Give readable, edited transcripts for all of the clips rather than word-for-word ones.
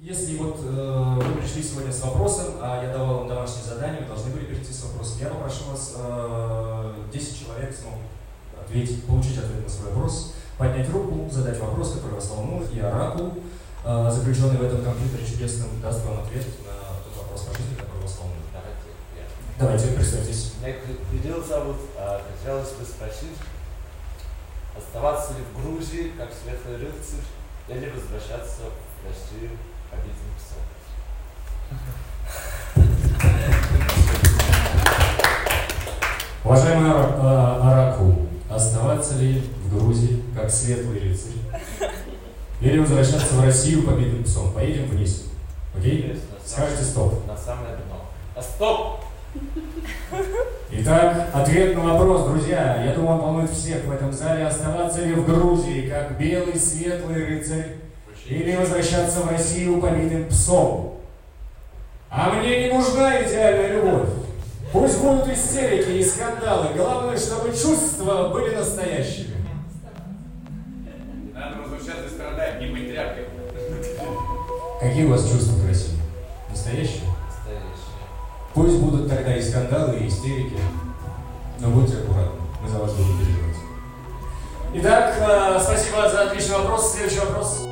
Если вот вы пришли сегодня с вопросом, а я давал вам домашнее задание, вы должны были прийти с вопросом, я попрошу вас, 10 человек смогут получить ответ на свой вопрос, поднять руку, задать вопрос, который вас волнует, и Оракул, заключенный в этом компьютере чудесном, даст вам ответ на тот вопрос по жизни, который вас волнует. Давайте, представьтесь. Меня Кирилл зовут, хотелось бы спросить, оставаться ли в Грузии как светлый рыцарь или возвращаться в Россию победным псом? Уважаемый Оракул, оставаться ли в Грузии как светлый рыцарь или возвращаться в Россию побитым псом? Поедем вниз. Окей? Скажите стоп. На самое дно. Стоп! Итак, ответ на вопрос, друзья. Я думаю, он волнует всех в этом зале. Оставаться ли в Грузии как белый светлый рыцарь или возвращаться в Россию побитым псом? А мне не нужна идеальная любовь. Пусть будут истерики и скандалы. Главное, чтобы чувства были настоящими. Надо возвращаться и страдать, не быть тряпкой. Какие у вас чувства к России? Настоящие? Пусть будут тогда и скандалы, и истерики, но будьте аккуратны, мы за вас будем переживать. Итак, спасибо за отличный вопрос. Следующий вопрос.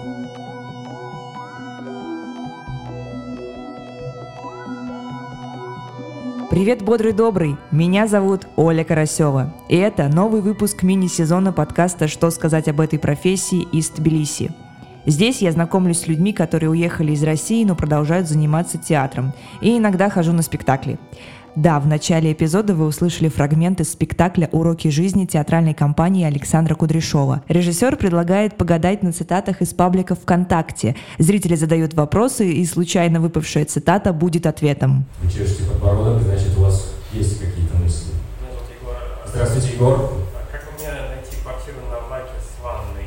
Привет, бодрый добрый! Меня зовут Оля Карасева, и это новый выпуск мини-сезона подкаста «Что сказать об этой профессии» из Тбилиси. Здесь я знакомлюсь с людьми, которые уехали из России, но продолжают заниматься театром, и иногда хожу на спектакли. Да, в начале эпизода вы услышали фрагмент из спектакля «Уроки жизни» театральной компании Александра Кудряшова. Режиссер предлагает погадать на цитатах из паблика ВКонтакте. Зрители задают вопросы, и случайно выпавшая цитата будет ответом. Вы чешете подбородок, значит, у вас есть какие-то мысли. Меня зовут Егор. Здравствуйте, Егор. А как мне найти квартиру на Ваке с ванной?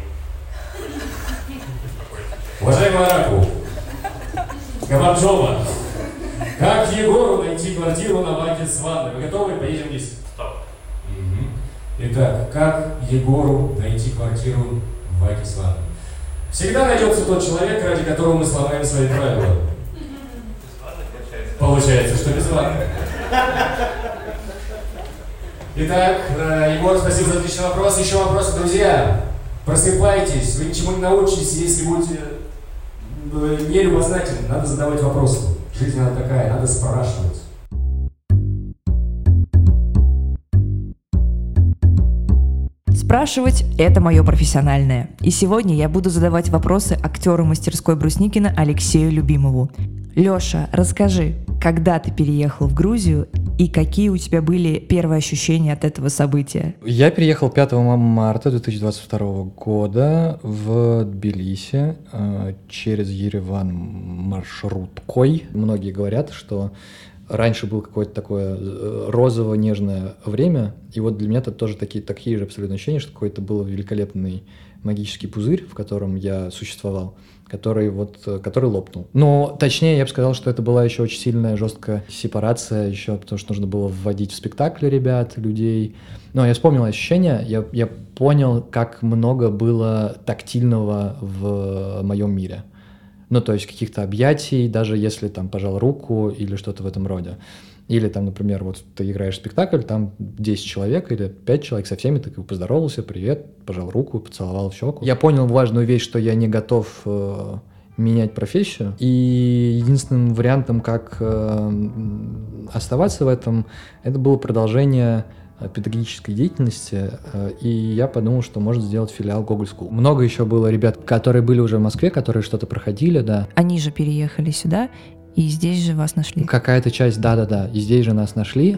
Уважаемый Оракул, Габарджова, как Егору найти квартиру на Ваке с ванной? Вы готовы? Поедем вниз. Стоп. Итак, как Егору найти квартиру в Ваке с ванной? Всегда найдется тот человек, ради которого мы сломаем свои правила. Без ванны получается? Получается, что без ванны. Итак, Егор, спасибо за отличный вопрос. Еще вопросы, друзья. Просыпайтесь, вы ничему не научитесь, если будете нелюбознательны. Надо задавать вопросы. Жизнь она такая, надо спрашивать. Спрашивать – это мое профессиональное. И сегодня я буду задавать вопросы актеру мастерской Брусникина Алексею Любимову. Леша, расскажи, когда ты переехал в Грузию и какие у тебя были первые ощущения от этого события? Я переехал 5 марта 2022 года в Тбилиси через Ереван маршруткой. Многие говорят, что раньше было какое-то такое розово-нежное время, и вот для меня это тоже такие же абсолютно ощущения, что какой-то был великолепный магический пузырь, в котором я существовал, который лопнул. Но точнее, я бы сказал, что это была еще очень сильная, жесткая сепарация, еще потому что нужно было вводить в спектакль ребят, людей. Но я вспомнил ощущения, я понял, как много было тактильного в моем мире. Ну, то есть каких-то объятий, даже если там пожал руку или что-то в этом роде. Или там, например, вот ты играешь в спектакль, там 10 человек или 5 человек, со всеми ты поздоровался, привет, пожал руку, поцеловал в щеку. Я понял важную вещь, что я не готов менять профессию. И единственным вариантом, как оставаться в этом, это было продолжение педагогической деятельности, и я подумал, что можно сделать филиал Google School. Много еще было ребят, которые были уже в Москве, которые что-то проходили, да. Они же переехали сюда, и здесь же вас нашли. Какая-то часть, да, и здесь же нас нашли,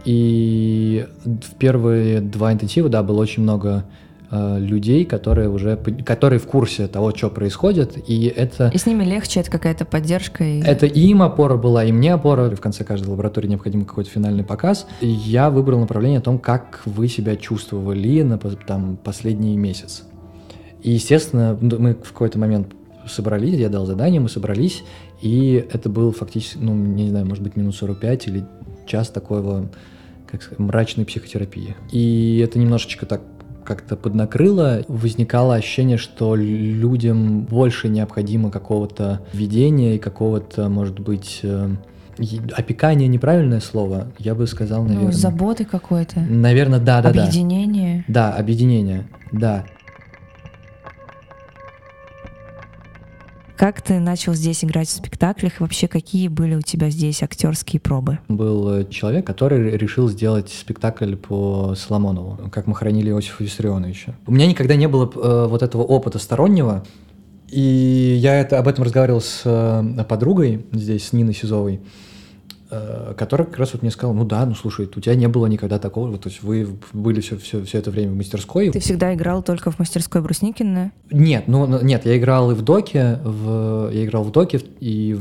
и в первые 2 интенсива, да, было очень много людей, которые в курсе того, что происходит, и это... И с ними легче, это какая-то поддержка. Это и им опора была, и мне опора. В конце каждой лаборатории необходим какой-то финальный показ. И я выбрал направление о том, как вы себя чувствовали на последний месяц. И, естественно, мы в какой-то момент собрались, я дал задание, мы собрались, и это был фактически, не знаю, может быть, минут 45 или час такого, как сказать, мрачной психотерапии. И это немножечко так как-то поднакрыло, возникало ощущение, что людям больше необходимо какого-то видения и какого-то, может быть, опекания — неправильное слово, я бы сказал, наверное. Заботы какой-то. Наверное, да. Объединение. Да, объединение, да. Как ты начал здесь играть в спектаклях? И вообще, какие были у тебя здесь актерские пробы? Был человек, который решил сделать спектакль по Соломонову, как мы хоронили Иосифа Виссарионовича. У меня никогда не было вот этого опыта стороннего, и я об этом разговаривал с подругой здесь, с Ниной Сизовой, которая как раз вот мне сказала: слушай, у тебя не было никогда такого, то есть вы были все это время в мастерской. Ты всегда играл только в мастерской Брусникина? Нет, я играл и в Доке, и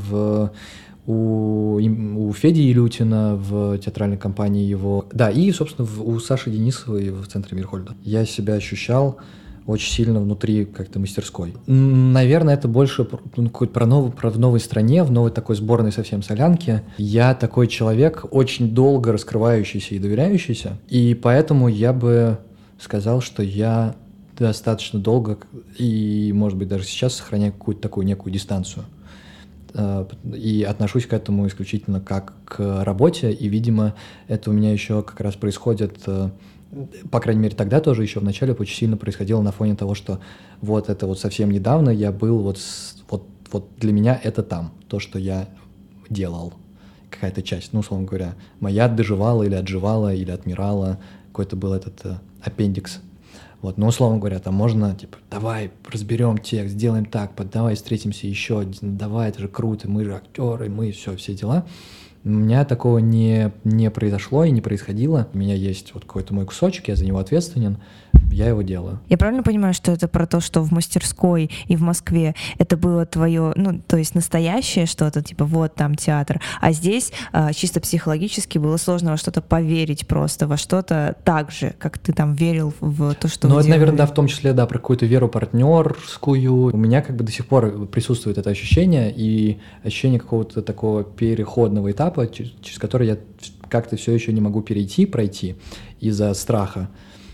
у Феди Илютина в театральной компании его, да, и, собственно, у Саши Денисовой в центре Мирхольда. Я себя ощущал очень сильно внутри как-то мастерской. Наверное, это больше про в новой стране, в новой такой сборной совсем солянке. Я такой человек, очень долго раскрывающийся и доверяющийся, и поэтому я бы сказал, что я достаточно долго и, может быть, даже сейчас сохраняю какую-то такую некую дистанцию. И отношусь к этому исключительно как к работе, и, видимо, это у меня еще как раз происходит... По крайней мере, тогда тоже еще в начале очень сильно происходило на фоне того, что вот это вот совсем недавно я был вот для меня это там, то, что я делал, какая-то часть, условно говоря, моя доживала или отживала, или отмирала, какой-то был этот аппендикс. Вот, условно говоря, там можно, давай разберем текст, сделаем так, давай встретимся еще, давай, это же круто, мы же актеры, мы все дела. У меня такого не произошло и не происходило. У меня есть вот какой-то мой кусочек, я за него ответственен, я его делаю. Я правильно понимаю, что это про то, что в мастерской и в Москве это было твое, то есть настоящее что-то, вот там театр, а здесь чисто психологически было сложно во что-то поверить просто, во что-то так же, как ты там верил в то, что вы это, делали. наверное, да, в том числе, да, про какую-то веру партнерскую. У меня как бы до сих пор присутствует это ощущение, и ощущение какого-то такого переходного этапа, через который я как-то все еще не могу пройти из-за страха.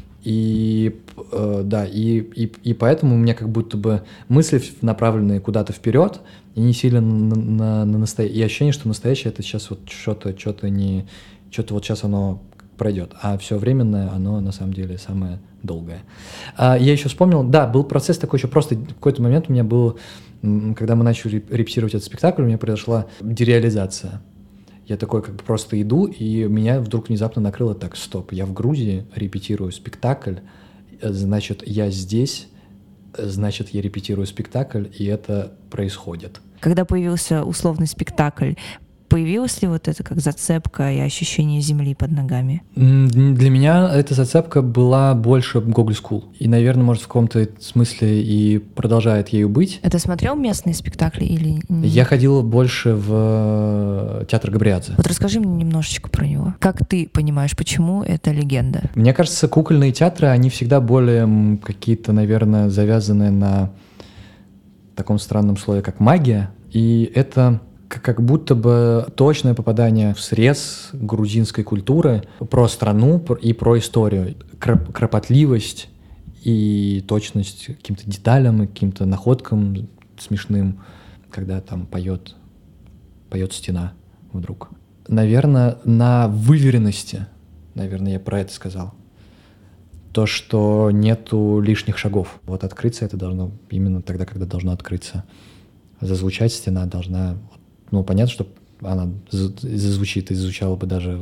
И поэтому у меня как будто бы мысли направлены куда-то вперед, и не сильно на настоящее. И ощущение, что настоящее — это сейчас вот что-то вот сейчас оно пройдет, а все временное, оно на самом деле самое долгое. Я еще вспомнил, да, был процесс такой еще просто, в какой-то момент у меня был, когда мы начали репетировать этот спектакль, у меня произошла дереализация. Я такой как бы просто иду, и меня вдруг внезапно накрыло так: стоп, я в Грузии репетирую спектакль, значит, я здесь, значит, я репетирую спектакль, и это происходит. Когда появился условный спектакль, появилась ли вот это как зацепка и ощущение земли под ногами? Для меня эта зацепка была больше Гоголь Скул. И, наверное, может, в каком-то смысле и продолжает ею быть. Это смотрел местные спектакли или нет? Я ходил больше в театр Габриадзе. Вот расскажи мне немножечко про него. Как ты понимаешь, почему это легенда? Мне кажется, кукольные театры, они всегда более какие-то, наверное, завязаны на таком странном слове, как магия. И это... как будто бы точное попадание в срез грузинской культуры про страну и про историю. Кропотливость и точность к каким-то деталям и каким-то находкам смешным, когда там поет стена вдруг. Наверное, на выверенности, наверное, я про это сказал. То, что нету лишних шагов. Вот открыться это должно именно тогда, когда должно открыться. Зазвучать стена должна... понятно, что она зазвучит и звучала бы даже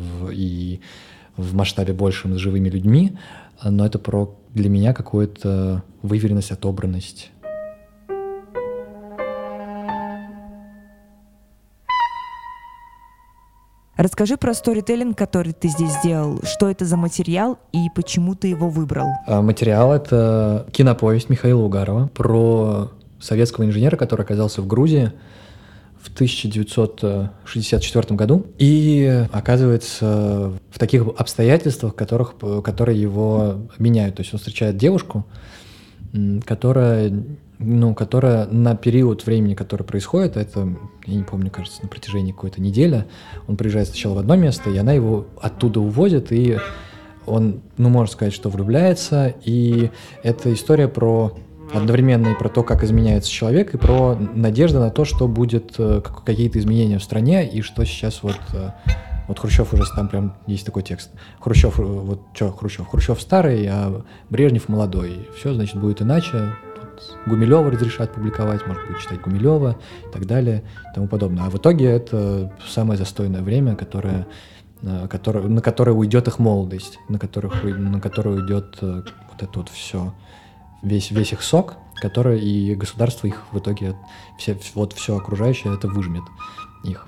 в масштабе большем с живыми людьми, но это про для меня какую-то выверенность, отобранность. Расскажи про сторителлинг, который ты здесь сделал. Что это за материал и почему ты его выбрал? Материал — это киноповесть Михаила Угарова про советского инженера, который оказался в Грузии в 1964 году и оказывается в таких обстоятельствах, которые его меняют. То есть он встречает девушку, которая на период времени, который происходит, это, я не помню, кажется, на протяжении какой-то недели, он приезжает сначала в одно место, и она его оттуда увозит и он, можно сказать, что влюбляется, и это история одновременно и про то, как изменяется человек, и про надежду на то, что будет какие-то изменения в стране, и что сейчас вот Хрущев уже, там прям есть такой текст. Хрущев старый, а Брежнев молодой. Все, значит, будет иначе. Гумилева разрешат публиковать, может быть, читать Гумилева и так далее, и тому подобное. А в итоге это самое застойное время, на которое уйдет их молодость, на которое уйдет вот это вот все, весь их сок, который и государство их в итоге, все окружающее это выжмет их.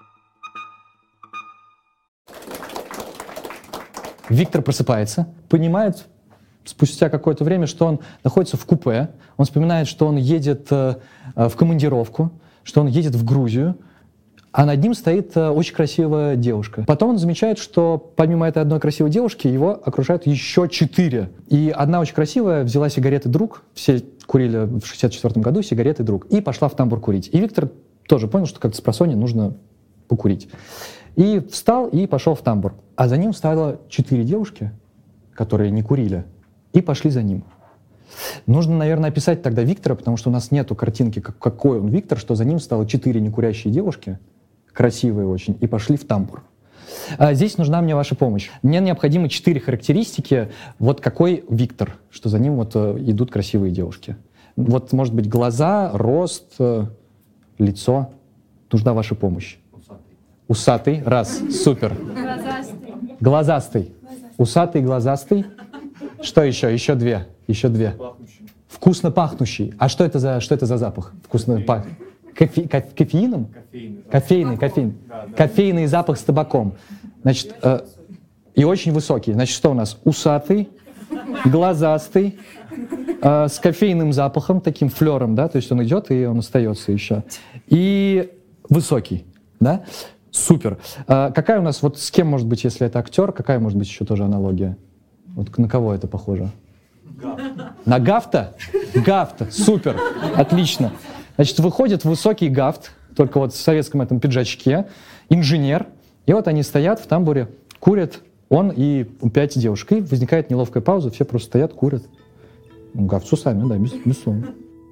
Виктор просыпается, понимает спустя какое-то время, что он находится в купе, он вспоминает, что он едет в командировку, что он едет в Грузию, а над ним стоит очень красивая девушка. Потом он замечает, что помимо этой одной красивой девушки его окружают еще 4. И одна очень красивая взяла сигареты «Друг», все курили в 1964 году сигареты «Друг», и пошла в тамбур курить. И Виктор тоже понял, что как-то с просонья нужно покурить. И встал и пошел в тамбур. А за ним стояло 4 девушки, которые не курили, и пошли за ним. Нужно, наверное, описать тогда Виктора, потому что у нас нету картинки, какой он Виктор, что за ним стало 4 некурящие девушки, красивые очень, и пошли в тамбур. Здесь нужна мне ваша помощь. Мне необходимы 4 характеристики, вот какой Виктор, что за ним вот идут красивые девушки. Вот, может быть, глаза, рост, лицо. Нужна ваша помощь. Усатый. Раз. Супер. Глазастый. Усатый, глазастый. Что еще? Еще 2. Пахнущий. Вкусно пахнущий. А что это за запах? Вкусно пахнущий. Кофеином? Кофейный. Да. Кофейный запах с табаком. Значит, и очень высокий. Значит, что у нас? Усатый, глазастый, с кофейным запахом, таким флером, да, то есть он идет и он остается еще. И высокий, да? Супер. Какая у нас, вот с кем может быть, если это актер, какая может быть еще тоже аналогия? Вот на кого это похоже? На Гафта? Гафта, супер, отлично. Значит, выходит высокий Гафт, только вот в советском этом пиджачке, инженер, и вот они стоят в тамбуре, курят, он и 5 девушек, и возникает неловкая пауза, все просто стоят, курят. Гафт с усами, да, безусловно.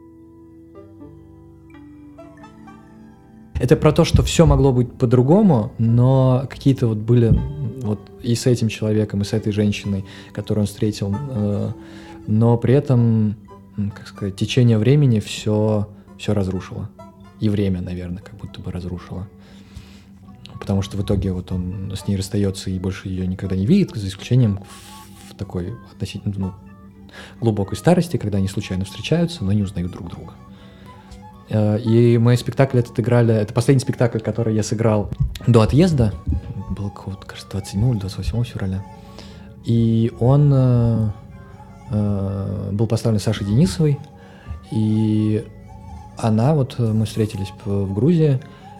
Это про то, что все могло быть по-другому, но какие-то вот были вот и с этим человеком, и с этой женщиной, которую он встретил, но при этом, как сказать, течение времени все разрушило. И время, наверное, как будто бы разрушило. Потому что в итоге вот он с ней расстается и больше ее никогда не видит, за исключением в такой относительно глубокой старости, когда они случайно встречаются, но не узнают друг друга. И мы спектакль этот играли, это последний спектакль, который я сыграл до отъезда, был какого-то, кажется, 27 или 28 февраля. И он был поставлен Сашей Денисовой, и она, вот мы встретились в Грузии,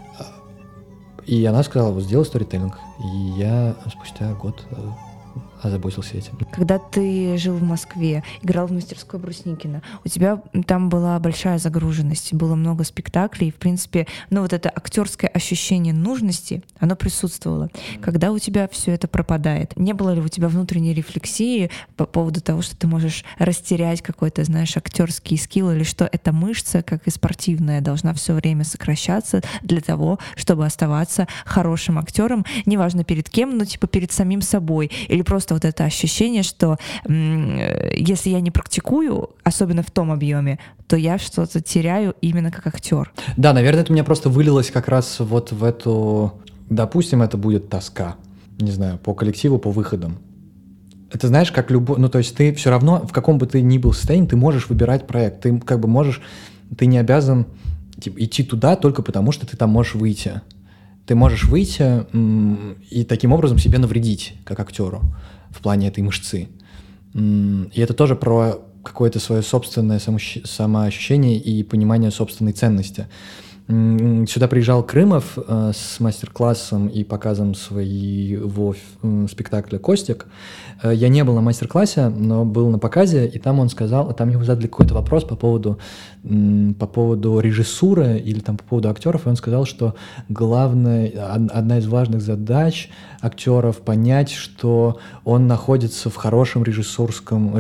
и она сказала, вот сделай сторителлинг. И я спустя год озаботился этим. Когда ты жил в Москве, играл в мастерской Брусникина, у тебя там была большая загруженность, было много спектаклей, и, в принципе, вот это актерское ощущение нужности, оно присутствовало. Когда у тебя все это пропадает, не было ли у тебя внутренней рефлексии по поводу того, что ты можешь растерять какой-то, знаешь, актерский скилл, или что эта мышца, как и спортивная, должна все время сокращаться для того, чтобы оставаться хорошим актером, неважно перед кем, но типа перед самим собой, или просто вот это ощущение, что если я не практикую, особенно в том объеме, то я что-то теряю именно как актер. Да, наверное, это у меня просто вылилось как раз вот в эту... Допустим, это будет тоска, не знаю, по коллективу, по выходам. Это знаешь, как любой... Ну, то есть ты все равно, в каком бы ты ни был состоянии, ты можешь выбирать проект. Ты как бы можешь... Ты не обязан идти туда только потому, что ты там можешь выйти. Ты можешь выйти и таким образом себе навредить, как актеру, в плане этой мышцы. И это тоже про какое-то свое собственное самоощущение и понимание собственной ценности. сюда приезжал Крымов с мастер-классом и показом своего спектакля «Костик». Я не был на мастер-классе, но был на показе, и там он сказал, там ему задали какой-то вопрос по поводу режиссуры или там по поводу актеров, и он сказал, что одна из важных задач актеров понять, что он находится в хорошем режиссерском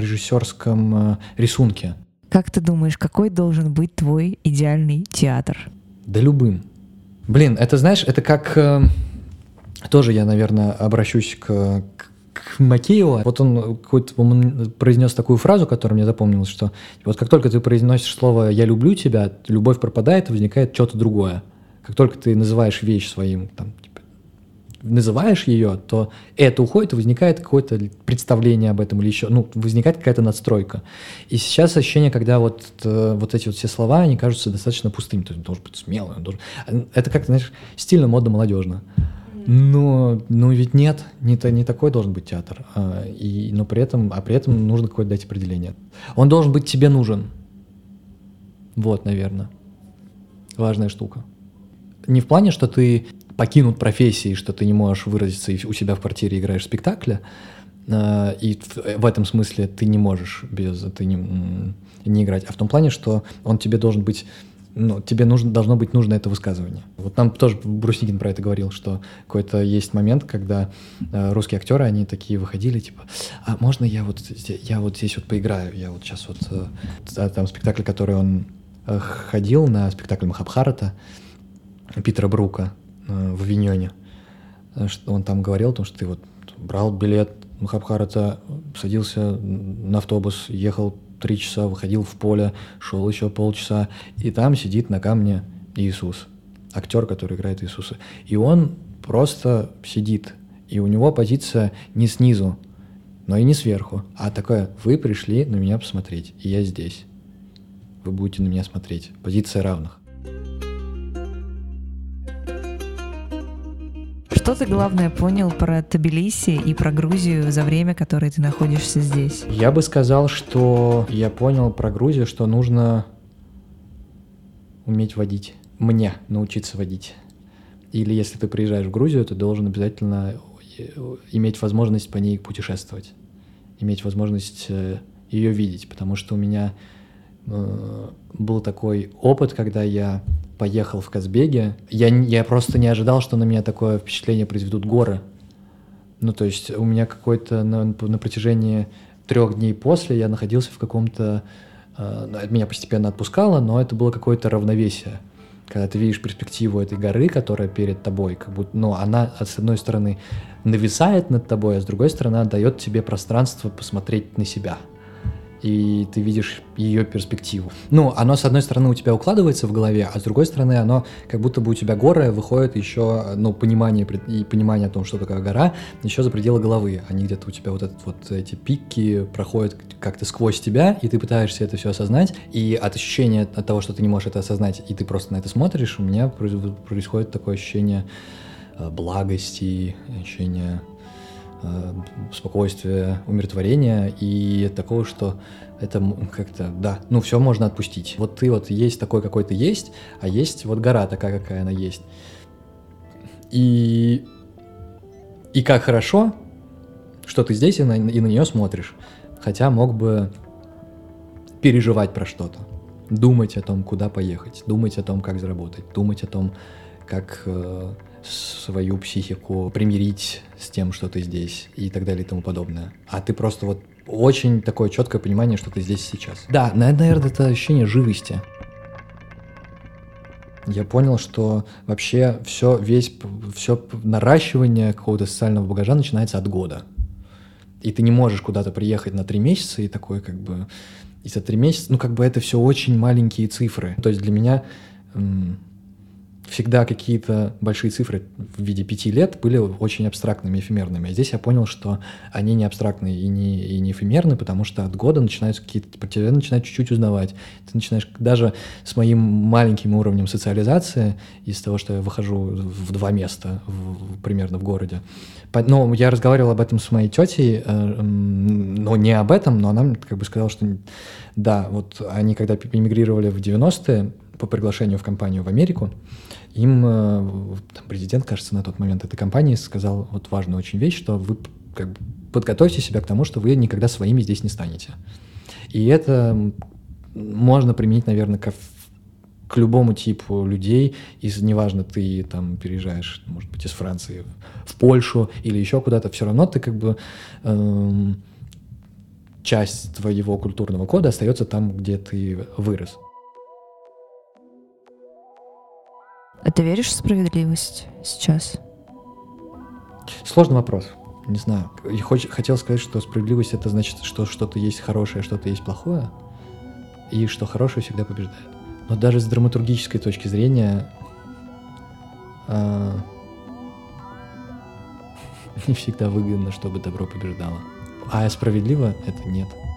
рисунке. Как ты думаешь, какой должен быть твой идеальный театр? Да любым. Блин, это, знаешь, это как... тоже я, наверное, обращусь к Макееву. Вот он произнес такую фразу, которая мне запомнилась, что вот как только ты произносишь слово «я люблю тебя», любовь пропадает, и возникает что-то другое. Как только ты называешь вещь своим, там, типа, называешь ее, то это уходит, и возникает какое-то представление об этом или еще, возникает какая-то надстройка. И сейчас ощущение, когда вот эти вот все слова, они кажутся достаточно пустыми, то есть он должен быть смелым, это как-то, знаешь, стильно, модно, молодежно. Но ведь нет, не такой должен быть театр, но при этом нужно какое-то дать определение. Он должен быть тебе нужен. Вот, наверное, важная штука. Не в плане, что ты покинут профессии, что ты не можешь выразиться и у себя в квартире играешь в спектакле, и в этом смысле ты не можешь не играть, а в том плане, что он тебе должен быть, тебе должно быть нужно это высказывание. Вот нам тоже Брусникин про это говорил, что какой-то есть момент, когда русские актеры, они такие выходили, типа, а можно я вот здесь вот поиграю, я вот сейчас вот там спектакль, который он ходил на спектакль Махабхарата Питера Брука в Авиньоне, что он там говорил о том, что ты вот брал билет Махабхарата, садился на автобус, ехал 3 часа, выходил в поле, шел еще полчаса, и там сидит на камне Иисус, актер, который играет Иисуса. И он просто сидит, и у него позиция не снизу, но и не сверху, а такая: вы пришли на меня посмотреть, и я здесь. Вы будете на меня смотреть. Позиция равных. Что ты, главное, понял про Тбилиси и про Грузию за время, которое ты находишься здесь? Я бы сказал, что я понял про Грузию, что нужно уметь водить. Мне научиться водить. Или если ты приезжаешь в Грузию, ты должен обязательно иметь возможность по ней путешествовать. Иметь возможность ее видеть. Потому что у меня был такой опыт, когда я поехал в Казбеге, я просто не ожидал, что на меня такое впечатление произведут горы. То есть у меня какой-то на протяжении 3 дней после я находился в каком-то... Меня постепенно отпускало, но это было какое-то равновесие. Когда ты видишь перспективу этой горы, которая перед тобой, как будто, она, с одной стороны, нависает над тобой, а с другой стороны, дает тебе пространство посмотреть на себя. И ты видишь ее перспективу. Оно, с одной стороны, у тебя укладывается в голове, а с другой стороны, оно как будто бы у тебя горы выходит еще, понимание о том, что такое гора, еще за пределы головы. Они где-то у тебя эти пики проходят как-то сквозь тебя, и ты пытаешься это все осознать, и от ощущения от того, что ты не можешь это осознать, и ты просто на это смотришь, у меня происходит такое ощущение благости, ощущение спокойствия, умиротворения и такого, что это как-то, все можно отпустить. Вот ты есть такой, какой ты есть, а есть гора такая, какая она есть. И как хорошо, что ты здесь и на нее смотришь. Хотя мог бы переживать про что-то, думать о том, куда поехать, думать о том, как заработать, думать о том, как свою психику примирить с тем, что ты здесь, и так далее и тому подобное. А ты просто очень такое четкое понимание, что ты здесь сейчас. Да, наверное, это ощущение живости. Я понял, что вообще все наращивание какого-то социального багажа начинается от года. И ты не можешь куда-то приехать на 3 месяца и такой и за 3 месяца, это все очень маленькие цифры. То есть для меня всегда какие-то большие цифры в виде 5 лет были очень абстрактными, эфемерными. А здесь я понял, что они не абстрактные и не эфемерны, потому что от года начинаются тебя начинают чуть-чуть узнавать. Ты начинаешь даже с моим маленьким уровнем социализации, из того, что я выхожу в 2 места примерно в городе. Я разговаривал об этом с моей тетей, но не об этом, но она сказала, что да, они когда эмигрировали в 90-е, по приглашению в компанию в Америку, им там, президент, кажется, на тот момент этой компании сказал вот важную очень вещь, что вы как бы подготовьте себя к тому, что вы никогда своими здесь не станете. И это можно применить, наверное, к любому типу людей, неважно, ты там переезжаешь, может быть, из Франции в Польшу или еще куда-то, все равно ты как бы часть твоего культурного кода остается там, где ты вырос. А ты веришь в справедливость сейчас? Сложный вопрос. Не знаю. Хотел сказать, что справедливость — это значит, что что-то есть хорошее, что-то есть плохое, и что хорошее всегда побеждает. Но даже с драматургической точки зрения не всегда выгодно, чтобы добро побеждало. А справедливо — это нет.